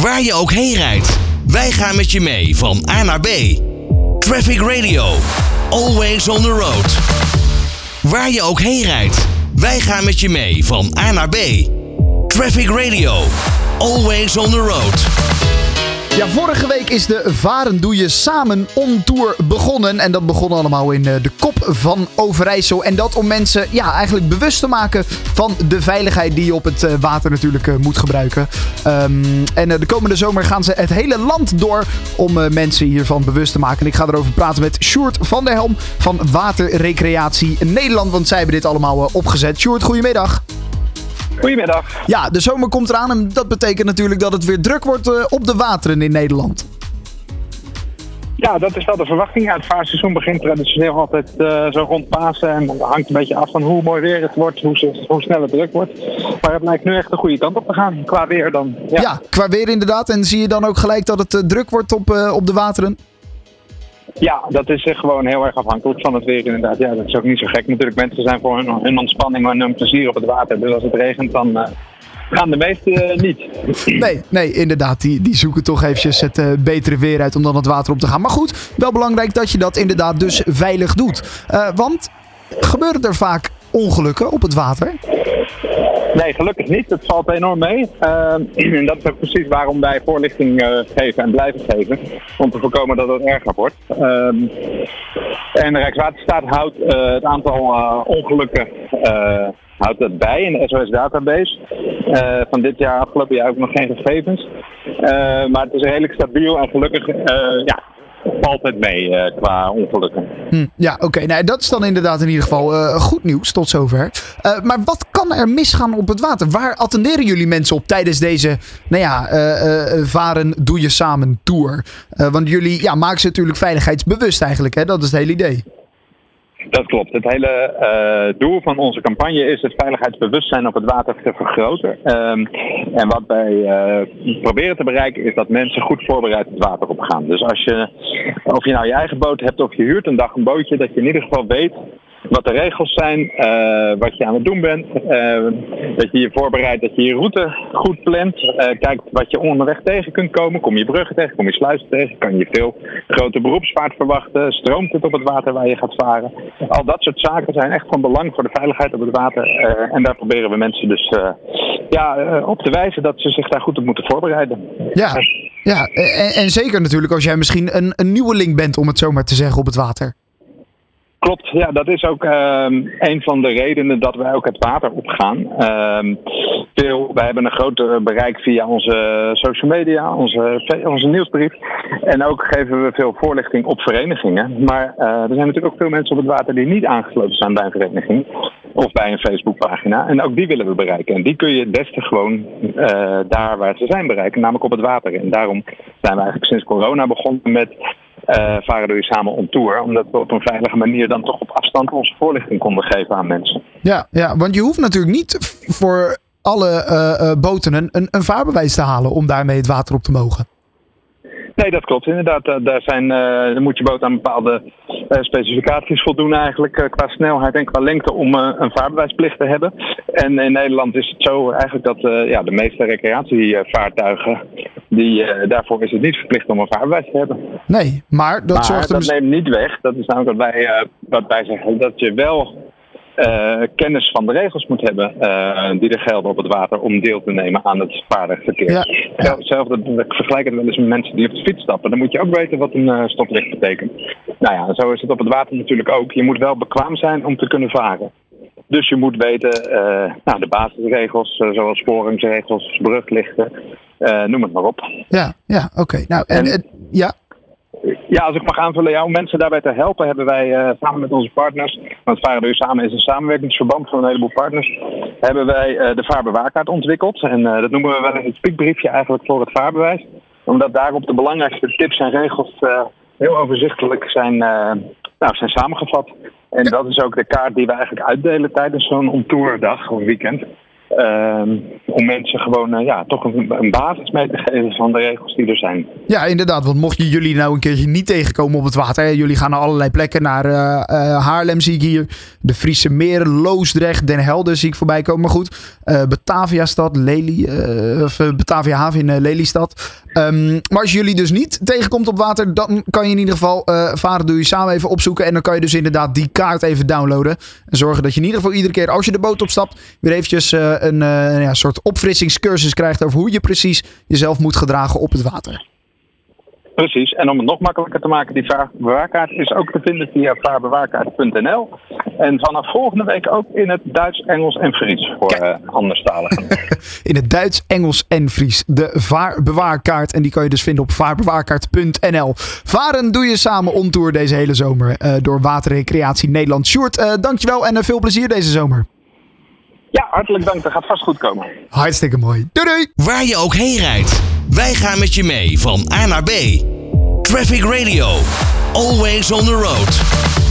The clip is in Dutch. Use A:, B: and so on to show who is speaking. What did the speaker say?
A: Waar je ook heen rijdt, wij gaan met je mee van A naar B. Traffic Radio, always on the road. Waar je ook heen rijdt, wij gaan met je mee van A naar B. Traffic Radio, always on the road.
B: Ja, vorige week is de Varen Doe Je Samen On Tour begonnen. En dat begon allemaal in de kop van Overijssel. En dat om mensen eigenlijk bewust te maken van de veiligheid die je op het water natuurlijk moet gebruiken. En de komende zomer gaan ze het hele land door om mensen hiervan bewust te maken. En ik ga erover praten met Sjoerd van der Helm van Waterrecreatie Nederland. Want zij hebben dit allemaal opgezet. Sjoerd, goedemiddag.
C: Goedemiddag.
B: Ja, de zomer komt eraan en dat betekent natuurlijk dat het weer druk wordt op de wateren in Nederland.
C: Ja, dat is wel de verwachting. Ja, het vaarseizoen begint traditioneel altijd zo rond Pasen. En dat hangt een beetje af van hoe mooi weer het wordt, hoe snel het druk wordt. Maar het lijkt nu echt de goede kant op te gaan, qua weer dan.
B: Ja, qua weer inderdaad. En zie je dan ook gelijk dat het druk wordt op de wateren?
C: Ja, dat is gewoon heel erg afhankelijk van het weer inderdaad. Ja, dat is ook niet zo gek. Natuurlijk, mensen zijn voor hun ontspanning en hun plezier op het water. Dus als het regent, dan gaan de meesten niet.
B: Nee, inderdaad. Die zoeken toch eventjes het betere weer uit om dan het water op te gaan. Maar goed, wel belangrijk dat je dat inderdaad dus veilig doet. Want gebeuren er vaak ongelukken op het water?
C: Nee, gelukkig niet. Het valt enorm mee. En dat is ook precies waarom wij voorlichting geven en blijven geven. Om te voorkomen dat het erger wordt. En de Rijkswaterstaat houdt het aantal ongelukken houdt dat bij in de SOS-database. Van dit jaar, afgelopen jaar, ook nog geen gegevens. Maar het is redelijk stabiel en gelukkig valt het mee qua ongelukken.
B: Ja, oké. Nou, dat is dan inderdaad in ieder geval goed nieuws tot zover. Maar wat kan er misgaan op het water? Waar attenderen jullie mensen op tijdens deze Varen Doe Je Samen Tour? Want jullie maken ze natuurlijk veiligheidsbewust eigenlijk. Hè? Dat is het hele idee.
C: Dat klopt. Het hele doel van onze campagne is het veiligheidsbewustzijn op het water te vergroten. En wat wij proberen te bereiken is dat mensen goed voorbereid het water op gaan. Dus of je nou je eigen boot hebt of je huurt een dag een bootje, dat je in ieder geval weet wat de regels zijn, wat je aan het doen bent. Dat je je voorbereidt, dat je je route goed plant. Kijkt wat je onderweg tegen kunt komen. Kom je bruggen tegen, kom je sluizen tegen. Kan je veel grote beroepsvaart verwachten. Stroomt het op het water waar je gaat varen. Al dat soort zaken zijn echt van belang voor de veiligheid op het water. En daar proberen we mensen dus op te wijzen dat ze zich daar goed op moeten voorbereiden.
B: Ja. En zeker natuurlijk als jij misschien een nieuweling bent, om het zo maar te zeggen, op het water.
C: Klopt, ja, dat is ook een van de redenen dat wij ook het water opgaan. Wij hebben een groot bereik via onze social media, onze nieuwsbrief. En ook geven we veel voorlichting op verenigingen. Maar er zijn natuurlijk ook veel mensen op het water die niet aangesloten zijn bij een vereniging. Of bij een Facebookpagina. En ook die willen we bereiken. En die kun je het beste gewoon daar waar ze zijn bereiken, namelijk op het water. En daarom zijn we eigenlijk sinds corona begonnen met Varen Doe Je Samen On Tour. Omdat we op een veilige manier dan toch op afstand onze voorlichting konden geven aan mensen. Ja,
B: want je hoeft natuurlijk niet voor alle boten een vaarbewijs te halen om daarmee het water op te mogen.
C: Nee, dat klopt inderdaad. Dan moet je boot aan bepaalde specificaties voldoen eigenlijk qua snelheid en qua lengte om een vaarbewijsplicht te hebben. En in Nederland is het zo eigenlijk dat de meeste recreatievaartuigen, daarvoor is het niet verplicht om een vaarbewijs te hebben.
B: Nee, maar dat
C: neemt niet weg. Dat is namelijk wat wij zeggen, dat je wel kennis van de regels moet hebben die er gelden op het water om deel te nemen aan het vaardigverkeer. Ja. Ik vergelijk het wel eens met mensen die op de fiets stappen. Dan moet je ook weten wat een stoplicht betekent. Nou ja, zo is het op het water natuurlijk ook. Je moet wel bekwaam zijn om te kunnen varen. Dus je moet weten de basisregels, zoals sporingsregels, bruglichten, noem het maar op.
B: Ja, oké. Nou,
C: Ja, als ik mag aanvullen, om mensen daarbij te helpen, hebben wij samen met onze partners, want Varen Doe Je Samen is een samenwerkingsverband van een heleboel partners, hebben wij de vaarbewaarkaart ontwikkeld. En dat noemen we wel eens het spiekbriefje eigenlijk voor het vaarbewijs. Omdat daarop de belangrijkste tips en regels heel overzichtelijk zijn samengevat. En dat is ook de kaart die we eigenlijk uitdelen tijdens zo'n ontourdag of weekend. Om mensen gewoon toch een basis mee te geven van de regels die er zijn.
B: Ja, inderdaad. Want mocht je jullie nou een keertje niet tegenkomen op het water. Hè, jullie gaan naar allerlei plekken. Naar Haarlem zie ik hier. De Friese Meren, Loosdrecht, Den Helder zie ik voorbij komen. Maar goed, Bataviastad, Batavia Haven in Lelystad. Maar als jullie dus niet tegenkomt op water, dan kan je in ieder geval Varen Doe Je Samen even opzoeken. En dan kan je dus inderdaad die kaart even downloaden. En zorgen dat je in ieder geval iedere keer als je de boot opstapt, weer eventjes een soort opfrissingscursus krijgt over hoe je precies jezelf moet gedragen op het water.
C: Precies, en om het nog makkelijker te maken, die vaarbewaarkaart is ook te vinden via vaarbewaarkaart.nl. En vanaf volgende week ook in het Duits, Engels en Fries voor anderstaligen.
B: In het Duits, Engels en Fries. De vaarbewaarkaart. En die kan je dus vinden op vaarbewaarkaart.nl. Varen Doe Je Samen on tour deze hele zomer door Waterrecreatie Nederland. Sjoerd, dankjewel en veel plezier deze zomer.
C: Ja, hartelijk dank. Dat gaat vast goed komen.
B: Hartstikke mooi. Doei doei!
A: Waar je ook heen rijdt, wij gaan met je mee van A naar B. Traffic Radio. Always on the road.